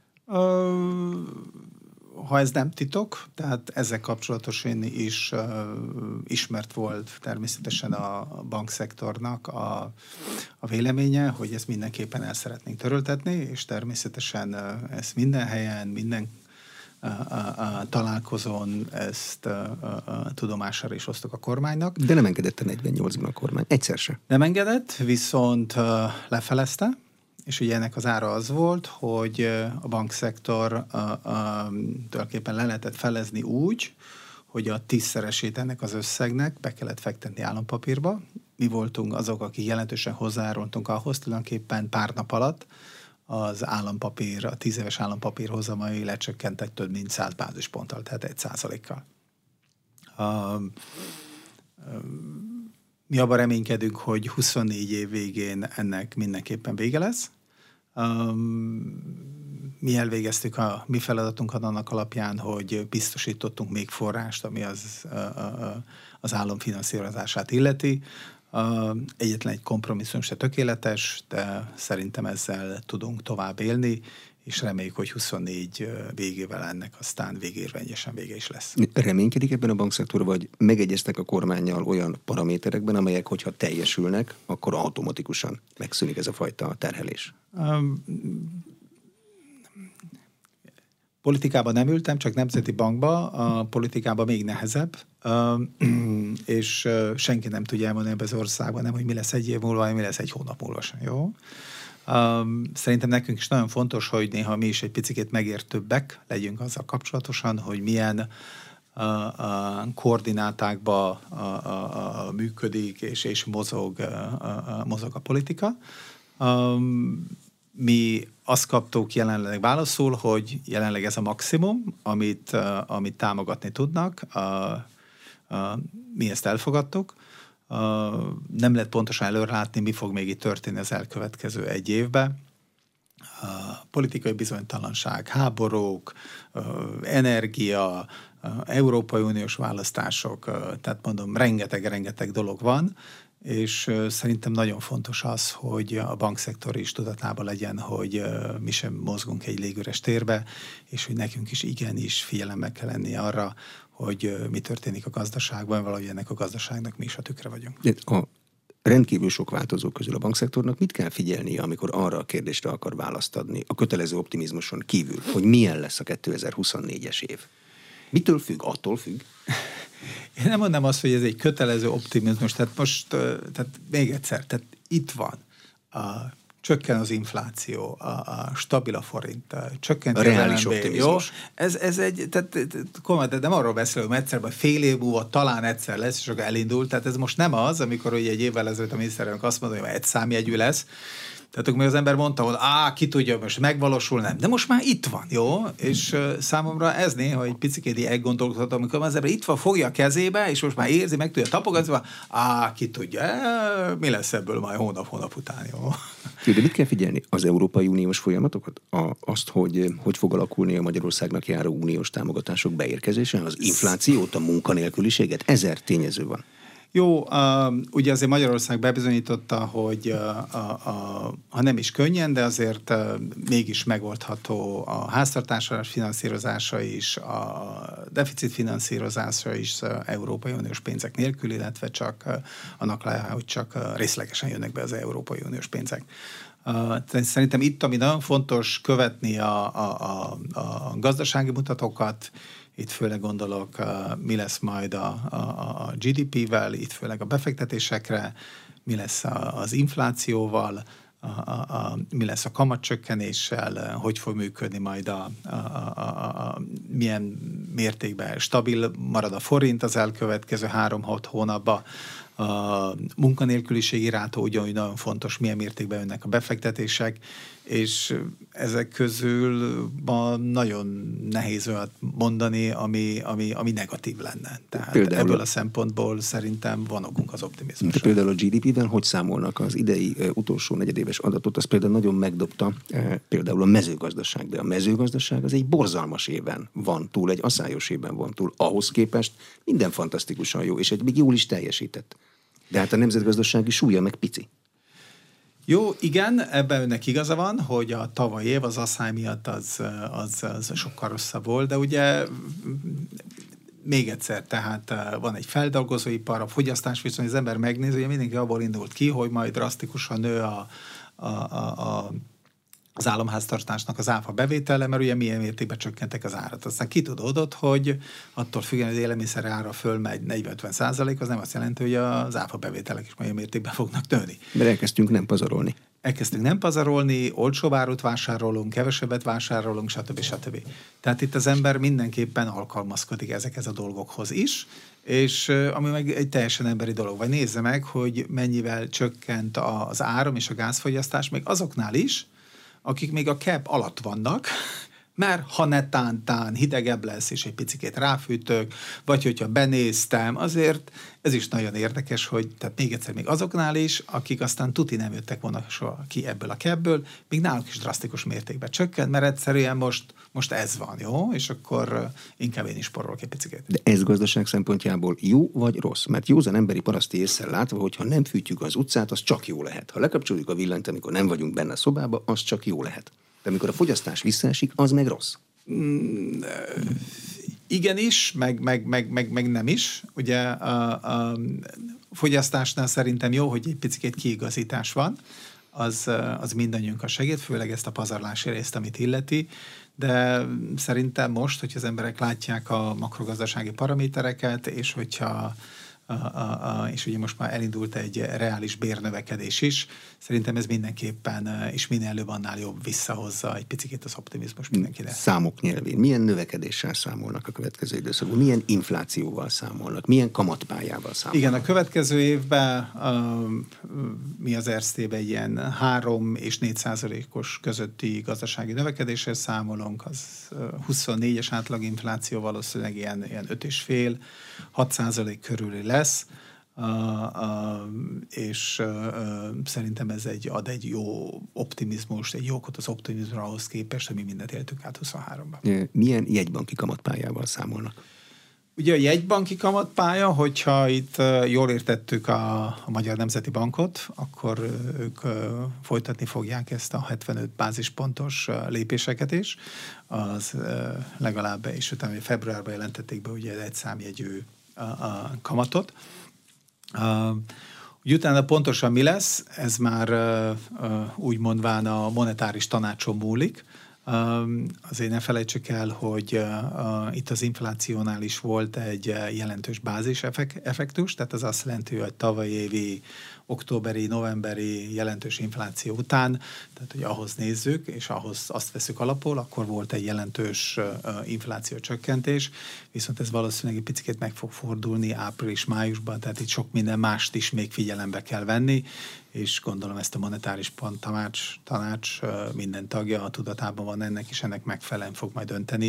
Ö, ha ez nem titok, tehát ezzel kapcsolatosan is uh, ismert volt természetesen a bankszektornak a, a véleménye, hogy ezt mindenképpen el szeretnénk töröltetni, és természetesen uh, ezt minden helyen, minden uh, uh, uh, találkozón ezt uh, uh, tudomására is osztok a kormánynak. De nem engedett a negyvennyolcban a kormány, egyszer se. Nem engedett, viszont uh, lefelezte, és ugye ennek az ára az volt, hogy a bankszektor uh, uh, tulajdonképpen le lehetett felezni úgy, hogy a tízszeresét ennek az összegnek be kellett fektetni állampapírba. Mi voltunk azok, akik jelentősen hozzájárultunk ahhoz, tulajdonképpen pár nap alatt az állampapír, a tíz éves állampapír hozamai lecsökkentek több mint száz bázisponttal, tehát egy százalékkal. Uh, uh, Mi abban reménykedünk, hogy huszonnégy év végén ennek mindenképpen vége lesz. Um, mi elvégeztük a mi feladatunkat annak alapján, hogy biztosítottunk még forrást, ami az, uh, uh, az állam finanszírozását illeti. Uh, egyetlen egy kompromisszum se tökéletes, de szerintem ezzel tudunk tovább élni, és reméljük, hogy huszonnégy végével ennek aztán végérvényesen vége is lesz. Reménykedik ebben a bankszektor, vagy megegyeztek a kormánnyal olyan paraméterekben, amelyek, hogyha teljesülnek, akkor automatikusan megszűnik ez a fajta terhelés? Um, politikában nem ültem, csak Nemzeti Bankba, a politikában még nehezebb, um, és senki nem tudja elmondani ebben az országban, nem, hogy mi lesz egy év múlva, vagy mi lesz egy hónap múlva sem, jó? Um, szerintem nekünk is nagyon fontos, hogy néha mi is egy picit megértőbbek legyünk azzal kapcsolatosan, hogy milyen uh, uh, koordinátákba uh, uh, uh, működik és, és mozog, uh, uh, mozog a politika. Um, mi azt kaptuk jelenleg válaszul, hogy jelenleg ez a maximum, amit, uh, amit támogatni tudnak. Uh, uh, mi ezt elfogadtuk. Uh, nem lehet pontosan előrelátni, mi fog még itt történni az elkövetkező egy évben. Uh, politikai bizonytalanság, háborúk, uh, energia, uh, Európai Uniós választások, uh, tehát mondom, rengeteg-rengeteg dolog van, és uh, szerintem nagyon fontos az, hogy a bankszektor is tudatában legyen, hogy uh, mi sem mozgunk egy légüres térbe, és hogy nekünk is igenis figyelemmel kell lenni arra, hogy mi történik a gazdaságban, valahogy ennek a gazdaságnak mi is a tükre vagyunk. A rendkívül sok változó közül a bankszektornak mit kell figyelnie, amikor arra a kérdésre akar választ adni, a kötelező optimizmuson kívül, hogy milyen lesz a kétezer-huszonnégyes év? Mitől függ? Attól függ? Én nem mondom azt, hogy ez egy kötelező optimizmus, tehát most, tehát még egyszer, tehát itt van a csökken az infláció, a, a stabil a forint, csökkent a reális optimizmus. Jó? Ez, ez egy, tehát komolyan, nem arról beszélünk, hogy egyszer, vagy fél év múlva talán egyszer lesz, és akkor elindult, tehát ez most nem az, amikor ugye egy évvel ezelőtt a miniszterelnök azt mondta, hogy egy számjegyű lesz, tehát akkor még az ember mondta, hogy á, ki tudja, most megvalósul, nem. De most már itt van, jó? És uh, számomra ez néha egy picit elgondolkodhatom, amikor az ember itt van, fogja a kezébe, és most már érzi, meg tudja tapogatni, á, ki tudja, e, mi lesz ebből majd hónap-hónap után, jó? De mit kell figyelni? Az Európai Uniós folyamatokat? A, azt, hogy hogy fog alakulni a Magyarországnak járó uniós támogatások beérkezése? Az inflációt, a munkanélküliséget? Ezer tényező van. Jó, uh, ugye azért Magyarország bebizonyította, hogy uh, a, a, ha nem is könnyen, de azért uh, mégis megoldható a háztartások finanszírozása is, a deficit finanszírozása is uh, Európai Uniós pénzek nélkül, illetve csak uh, annak lehet, hogy csak uh, részlegesen jönnek be az Európai Uniós pénzek. Uh, szerintem itt, ami nagyon fontos, követni a, a, a, a gazdasági mutatókat. Itt főleg gondolok, mi lesz majd a, a, a gé dé pé-vel, itt főleg a befektetésekre, mi lesz a, az inflációval, a, a, a, mi lesz a kamatcsökkenéssel, hogy fog működni majd a, a, a, a milyen mértékben stabil marad a forint az elkövetkező három-hat hónapban. A munkanélküliségi rátó ugyanúgy nagyon fontos, milyen mértékben jönnek a befektetések, és ezek közül ma nagyon nehéz olyat mondani, ami, ami, ami negatív lenne. Tehát például, ebből a szempontból szerintem van okunk az optimizmusra. Például a gé dé pével hogy számolnak az idei uh, utolsó negyedéves adatot? Az például nagyon megdobta uh, például a mezőgazdaság, de a mezőgazdaság az egy borzalmas éven van túl, egy aszályos éven van túl. Ahhoz képest minden fantasztikusan jó, és egy még jól is teljesített. De hát a nemzetgazdasági súlya meg pici. Jó, igen, ebben önnek igaza van, hogy a tavalyi év az asszály miatt az, az, az sokkal rosszabb volt, de ugye még egyszer, tehát van egy feldolgozóipar, a fogyasztás viszont az ember megnézi, hogy mindenki abból indult ki, hogy majd drasztikusan nő a, a, a, a az államháztartásnak az áfa bevétele, mert ugye milyen mértékben csökkentek az árat. Aztán kitudódott, hogy attól függően, hogy az élelmiszer ára fölmegy negyven-ötven százalék, az nem azt jelenti, hogy az áfa bevételek is olyan mértékben fognak nőni. Mert elkezdtünk nem pazarolni. Elkezdtünk nem pazarolni, olcsóbb árut vásárolunk, kevesebbet vásárolunk, stb. stb. Tehát itt az ember mindenképpen alkalmazkodik ezekhez a dolgokhoz is, és ami meg egy teljesen emberi dolog. Vagy nézze meg, hogy mennyivel csökkent az áram és a gázfogyasztás, még azoknál is, akik még a cap alatt vannak, mert ha netántán hidegebb lesz, és egy picikét ráfűtök, vagy hogyha benéztem, azért ez is nagyon érdekes, hogy tehát még egyszer még azoknál is, akik aztán tuti nem jöttek volna soha ki ebből a capből, még náluk is drasztikus mértékben csökkent, mert egyszerűen most, most ez van, jó? És akkor inkább én is porolok egy picikét. De ez gazdaság szempontjából jó vagy rossz? Mert józan emberi paraszti ésszel látva, hogyha nem fűtjük az utcát, az csak jó lehet. Ha lekapcsoljuk a villanyt, amikor nem vagyunk benne a szobába, az csak jó lehet. De amikor a fogyasztás visszaesik, az meg rossz. Mm, igenis, meg, meg, meg, meg, meg nem is. Ugye a, a fogyasztásnál szerintem jó, hogy egy picit kiigazítás van. Az, az mindannyiunkat segít, főleg ezt a pazarlási részt, amit illeti. De szerintem most, hogy az emberek látják a makrogazdasági paramétereket, és hogyha A, a, a, és ugye most már elindult egy reális bérnövekedés is. Szerintem ez mindenképpen, és minél előbb annál jobb visszahozza egy picit az optimizmus mindenkinek. Számok nyelvén. Milyen növekedéssel számolnak a következő időszakban? Milyen inflációval számolnak? Milyen kamatpályával számolnak? Igen, a következő évben uh, mi az er es té-ben ilyen három és négy százalékos közötti gazdasági növekedéssel számolunk, az uh, huszonnégyes átlaginfláció valószínűleg ilyen, ilyen öt és fél, hat százalék körüli lesz, uh, uh, és uh, szerintem ez egy, ad egy jó optimizmus, egy jókot az optimizmusra ahhoz képest, hogy mi mindent éltünk át huszonháromban. Milyen jegybanki kamatpályával számolnak? Ugye a jegybanki kamatpálya, hogyha itt uh, jól értettük a, a Magyar Nemzeti Bankot, akkor uh, ők uh, folytatni fogják ezt a hetvenöt bázispontos uh, lépéseket is. Az uh, legalább, és utána februárban jelentették be ugye egy számjegyű a, a kamatot. Uh, utána pontosan mi lesz, ez már uh, uh, úgy mondván a monetáris tanácson múlik. Um, azért ne felejtsük el, hogy uh, uh, itt az inflációnál is volt egy uh, jelentős bázis effektus, tehát az azt jelenti, hogy tavalyi évi októberi, novemberi jelentős infláció után, tehát hogy ahhoz nézzük, és ahhoz azt veszük alapul, akkor volt egy jelentős uh, infláció csökkentés, viszont ez valószínűleg egy picit meg fog fordulni április-májusban, tehát itt sok minden mást is még figyelembe kell venni, és gondolom ezt a monetáris pont tanács, tanács uh, minden tagja a tudatában van ennek, és ennek megfelelően fog majd dönteni,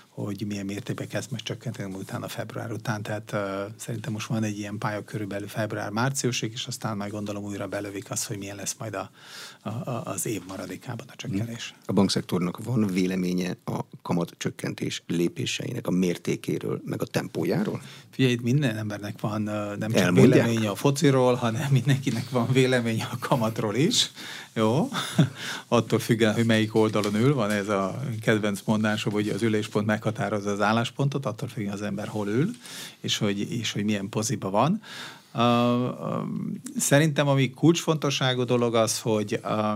hogy milyen mértékben kezd meg csökkenteni utána február után. Tehát uh, szerintem most van egy ilyen pálya körülbelül február-márciusig, és aztán majd gondolom újra belövik azt, hogy milyen lesz majd a, a, a, az év maradékában a csökkenés. A bankszektornak van véleménye a kamat csökkentés lépéseinek a mértékéről, meg a tempójáról? Figyelj, itt minden embernek van uh, nem csak Elmondják? véleménye a fociról, hanem mindenkinek van véleménye a kamatról is. Jó? Attól függően, hogy melyik oldalon ül, van ez a kedvenc mondásom, hogy az üléspont meghatározza az álláspontot, attól függően az ember hol ül, és hogy, és hogy milyen poziba van. Uh, uh, szerintem ami kulcsfontosságú dolog az, hogy uh,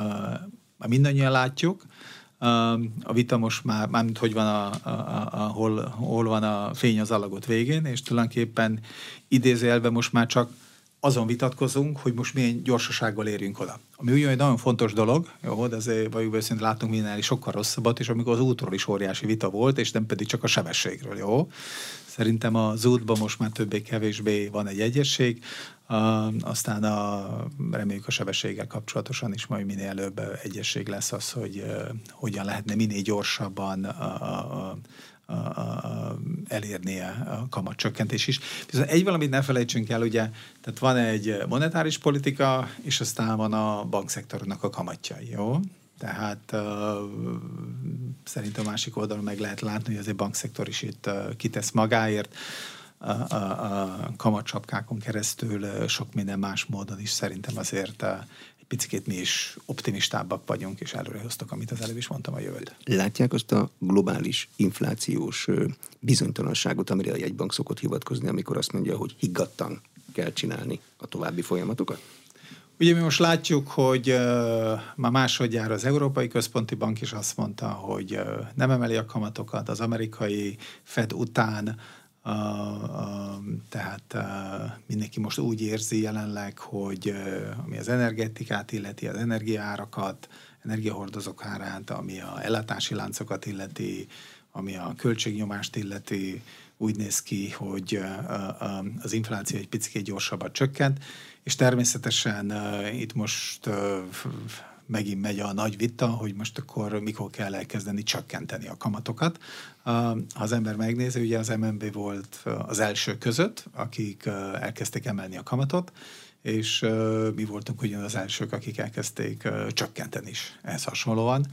uh, mindannyian látjuk, uh, a vita most már, mármint hogy van a, a, a, a hol, hol van a fény az alagút végén, és tulajdonképpen idézőjelben most már csak azon vitatkozunk, hogy most milyen gyorsasággal érjünk oda. Ami ugyan egy nagyon fontos dolog, jó, de azért vagyunk őszintén látunk mindennél sokkal rosszabbat, és amikor az útról is óriási vita volt, és nem pedig csak a sebességről, jó. Szerintem az útban most már többé-kevésbé van egy egyesség, uh, aztán a, reméljük a sebességgel kapcsolatosan is majd minél előbb egyesség lesz az, hogy uh, hogyan lehetne minél gyorsabban uh, uh, A, a, a, elérni a kamatcsökkentés is. Viszont egy valamit ne felejtsünk el, ugye, tehát van egy monetáris politika, és aztán van a bankszektornak a kamatjai, jó? Tehát uh, szerintem a másik oldalon meg lehet látni, hogy az egy bankszektor is itt uh, kitesz magáért, a, a, a kamatcsapkákon keresztül sok minden más módon is szerintem azért uh, egy picit mi is optimistábbak vagyunk, és előrehoztak, amit az előbb is mondtam, a jövőt. Látják azt a globális inflációs bizonytalanságot, amire a jegybank szokott hivatkozni, amikor azt mondja, hogy higgadtan kell csinálni a további folyamatokat? Ugye mi most látjuk, hogy uh, már másodjára az Európai Központi Bank is azt mondta, hogy uh, nem emeli a kamatokat, az amerikai Fed után. Uh, uh, tehát uh, mindenki most úgy érzi jelenleg, hogy uh, ami az energetikát illeti, az energiaárakat, energiahordozók árát, ami a ellátási láncokat illeti, ami a költségnyomást illeti, úgy néz ki, hogy uh, uh, az infláció egy picit gyorsabban csökkent, és természetesen uh, itt most uh, megint megy a nagy vita, hogy most akkor mikor kell elkezdeni csökkenteni a kamatokat. Ha az ember megnézi, ugye az em en bé volt az első között, akik elkezdték emelni a kamatot, és mi voltunk ugyan az elsők, akik elkezdték csökkenteni is ehhez hasonlóan.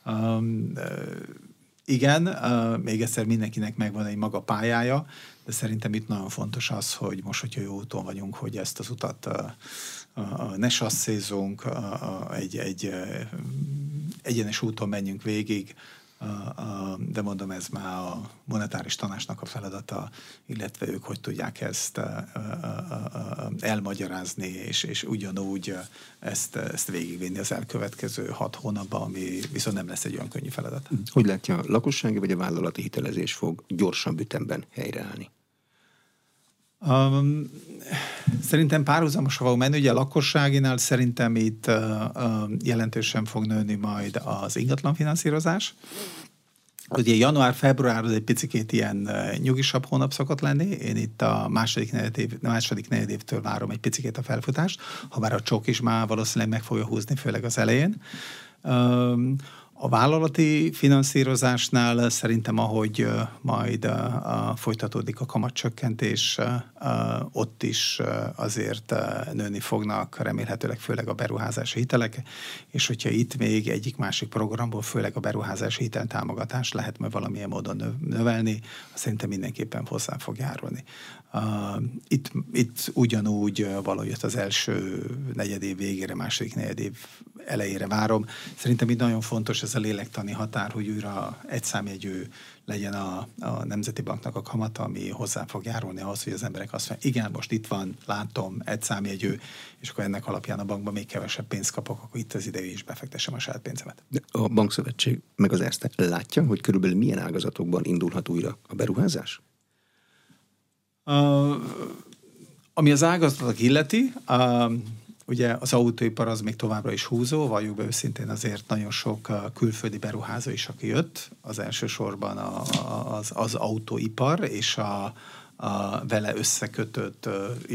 Igen, még egyszer mindenkinek megvan egy maga pályája, de szerintem itt nagyon fontos az, hogy most, hogyha jó úton vagyunk, hogy ezt az utat ne sasszézzunk, egy, egy egyenes úton menjünk végig, de mondom, ez már a monetáris tanácsnak a feladata, illetve ők hogy tudják ezt elmagyarázni, és, és ugyanúgy ezt, ezt végigvinni az elkövetkező hat hónapban, ami viszont nem lesz egy olyan könnyű feladat. Hogy látja, a lakossági vagy a vállalati hitelezés fog gyorsabb ütemben helyreállni? Um, szerintem párhuzamosan fog menni. Ugye a lakosságinál szerintem itt uh, uh, jelentősen fog nőni majd az ingatlanfinanszírozás. Ugye január-február az egy picikét ilyen uh, nyugisabb hónap szokott lenni. Én itt a második negyedév, második negyedévtől várom egy picikét a felfutást, ha bár a csok is már valószínűleg meg fogja húzni, főleg az elején. Um, A vállalati finanszírozásnál szerintem, ahogy majd folytatódik a kamatcsökkentés, ott is azért nőni fognak remélhetőleg főleg a beruházási hitelek, és hogyha itt még egyik-másik programból főleg a beruházási hiteltámogatást lehet majd valamilyen módon növelni, szerintem mindenképpen hozzá fog járulni. Itt, itt ugyanúgy valahogy az első negyedév végére, második negyedév elejére várom. Szerintem itt nagyon fontos ez a lélektani határ, hogy újra egyszámjegyű legyen a, a Nemzeti Banknak a kamata, ami hozzá fog járulni ahhoz, hogy az emberek azt mondják, igen, most itt van, látom, egyszámjegyű, és akkor ennek alapján a bankban még kevesebb pénzt kapok, akkor itt az ideje is befektessem a saját pénzemet. De a Bankszövetség meg az Erste látja, hogy körülbelül milyen ágazatokban indulhat újra a beruházás? Uh, ami az ágazatot illeti, uh, ugye az autóipar az még továbbra is húzó, valljuk be őszintén azért nagyon sok külföldi beruházó is, aki jött, az elsősorban a, a, az, az autóipar és a, a vele összekötött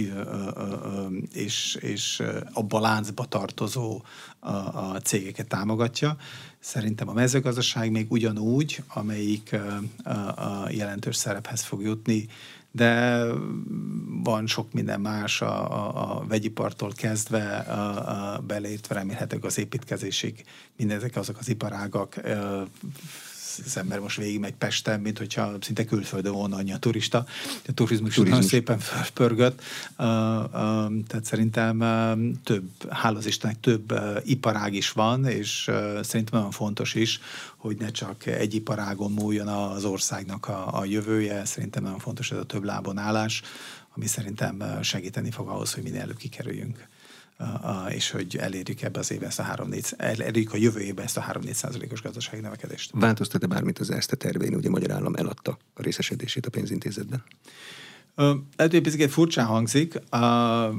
és, és abba a láncba tartozó a, a cégeket támogatja. Szerintem a mezőgazdaság még ugyanúgy, amelyik a, a jelentős szerephez fog jutni, de van sok minden más a, a, a vegyipartól kezdve, a, a beleértve remélhetőleg az építkezésig, mindezek azok az iparágak. Az ember most végigmegy Pesten, mint hogyha szinte külföldön volna annyi a turista. A turizmus, turizmus. nagyon szépen pörgött. Uh, uh, tehát szerintem uh, több, hála az Istennek több uh, iparág is van, és uh, szerintem nagyon fontos is, hogy ne csak egy iparágon múljon az országnak a, a jövője. Szerintem nagyon fontos ez a több lábon állás, ami szerintem segíteni fog ahhoz, hogy minél előbb kikerüljünk. Uh, és hogy elérjük ebbe az évben ezt a három-négy, elérjük a jövő évben ezt a három-négy százalékos gazdasági növekedést. Változtat-e bármit az Erste tervein? Ugye a magyar állam eladta a részesedését a pénzintézetben. Uh, lehet, hogy picit furcsán hangzik. Uh,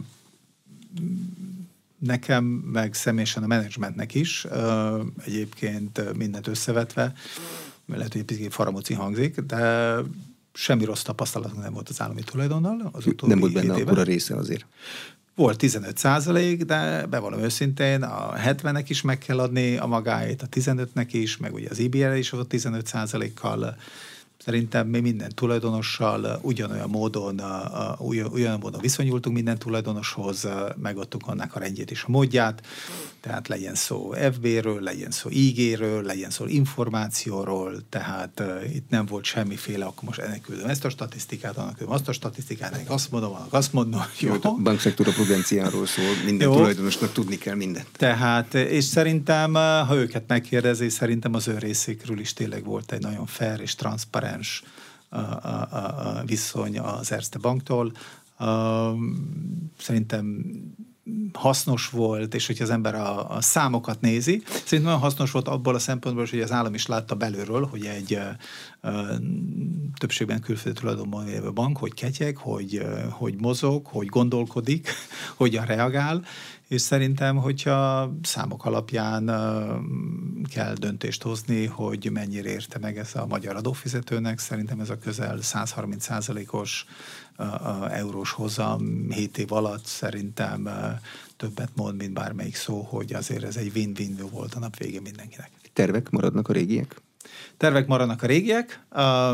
nekem, meg személyesen a menedzsmentnek is, uh, egyébként mindent összevetve, lehet, hogy picit faramúci hangzik, de semmi rossz tapasztalatunk nem volt az állami tulajdonnal. Az nem volt benne akkor a része azért. Volt tizenöt százalék, de bevallom őszintén, a hetvennek is meg kell adni a magáét, a tizenötnek is, meg ugye az i bé er is volt tizenöt százalékkal. Szerintem mi minden tulajdonossal ugyanolyan módon, a, a, ugyanolyan módon viszonyultunk minden tulajdonoshoz, megadtuk annak a rendjét és a módját, tehát legyen szó ef bé-ről, legyen szó i gé-ről, legyen szó információról, tehát uh, itt nem volt semmiféle, akkor most ennek küldöm ezt a statisztikát, annak küldöm azt a statisztikát, ennek azt mondom, annak azt mondom. Jó, a bankszektor a prudenciáról szól, minden jó. Tulajdonosnak tudni kell mindent. Tehát, és szerintem, ha őket megkérdezi, szerintem az ő részékről is tényleg volt egy nagyon fair és transzparens a, a, a viszony az Erste Banktól. Uh, szerintem hasznos volt, és hogyha az ember a, a számokat nézi, szerintem nagyon hasznos volt abból a szempontból, hogy az állam is látta belülről, hogy egy ö, ö, többségben külföldi tulajdonban lévő bank, hogy ketyeg, hogy, ö, hogy mozog, hogy gondolkodik, hogyan reagál, és szerintem, hogyha számok alapján ö, kell döntést hozni, hogy mennyire érte meg ez a magyar adófizetőnek, szerintem ez a közel száz harminc százalékos eurós hozam hét év alatt szerintem többet mond, mint bármelyik szó, hogy azért ez egy win-win volt a nap végén mindenkinek. Tervek maradnak a régiek? Tervek maradnak a régiek,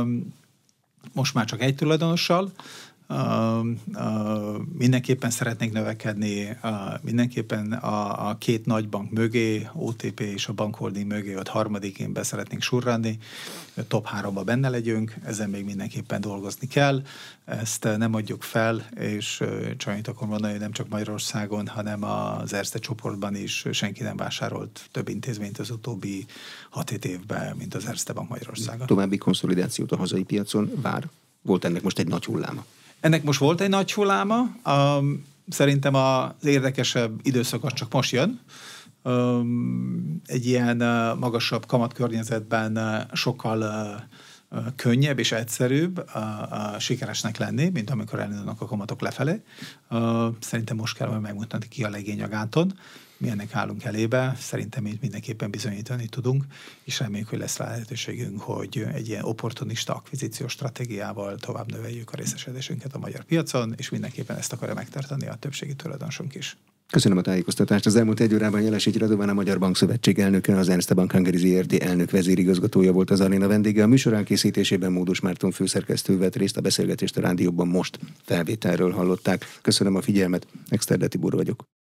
most már csak egy tulajdonossal. Uh, uh, mindenképpen szeretnénk növekedni, uh, mindenképpen a, a két nagy bank mögé, o té pé és a bankholding mögé, ott harmadikén be szeretnénk surranni, top háromba benne legyünk, ezen még mindenképpen dolgozni kell, ezt nem adjuk fel, és uh, csajnyt akkor mondani, hogy nem csak Magyarországon, hanem az Erste csoportban is senki nem vásárolt több intézményt az utóbbi hat-hét évben, mint az Erste Bank Magyarországon. További konszolidációt a hazai piacon vár? Volt ennek most egy nagy hulláma? Ennek most volt egy nagy hulláma, um, szerintem az érdekesebb időszak az csak most jön. Um, egy ilyen uh, magasabb kamatkörnyezetben uh, sokkal uh, uh, könnyebb és egyszerűbb uh, uh, sikeresnek lenni, mint amikor elindulnak a kamatok lefelé. Uh, szerintem most kell majd megmutatni ki a legény a gáton. Mi ennek állunk elébe, szerintem itt mindenképpen bizonyítani tudunk, és reméljük, hogy lesz rá lehetőségünk, hogy egy ilyen opportunista akvizíciós stratégiával tovább növeljük a részesedésünket a magyar piacon, és mindenképpen ezt akarja megtartani a többségi tulajdonosunk is. Köszönöm a tájékoztatást. Az elmúlt egy órában Jelesich Radován, a Magyar Bankszövetség elnöke, az Erste Bank Hungary zé er té elnök vezérigazgatója volt az aréna vendége. A műsor elkészítésében Módos Márton főszerkesztő vett részt, a beszélgetést a rádióban most felvételről hallották. Köszönöm a figyelmet, Exterde Tibor vagyok.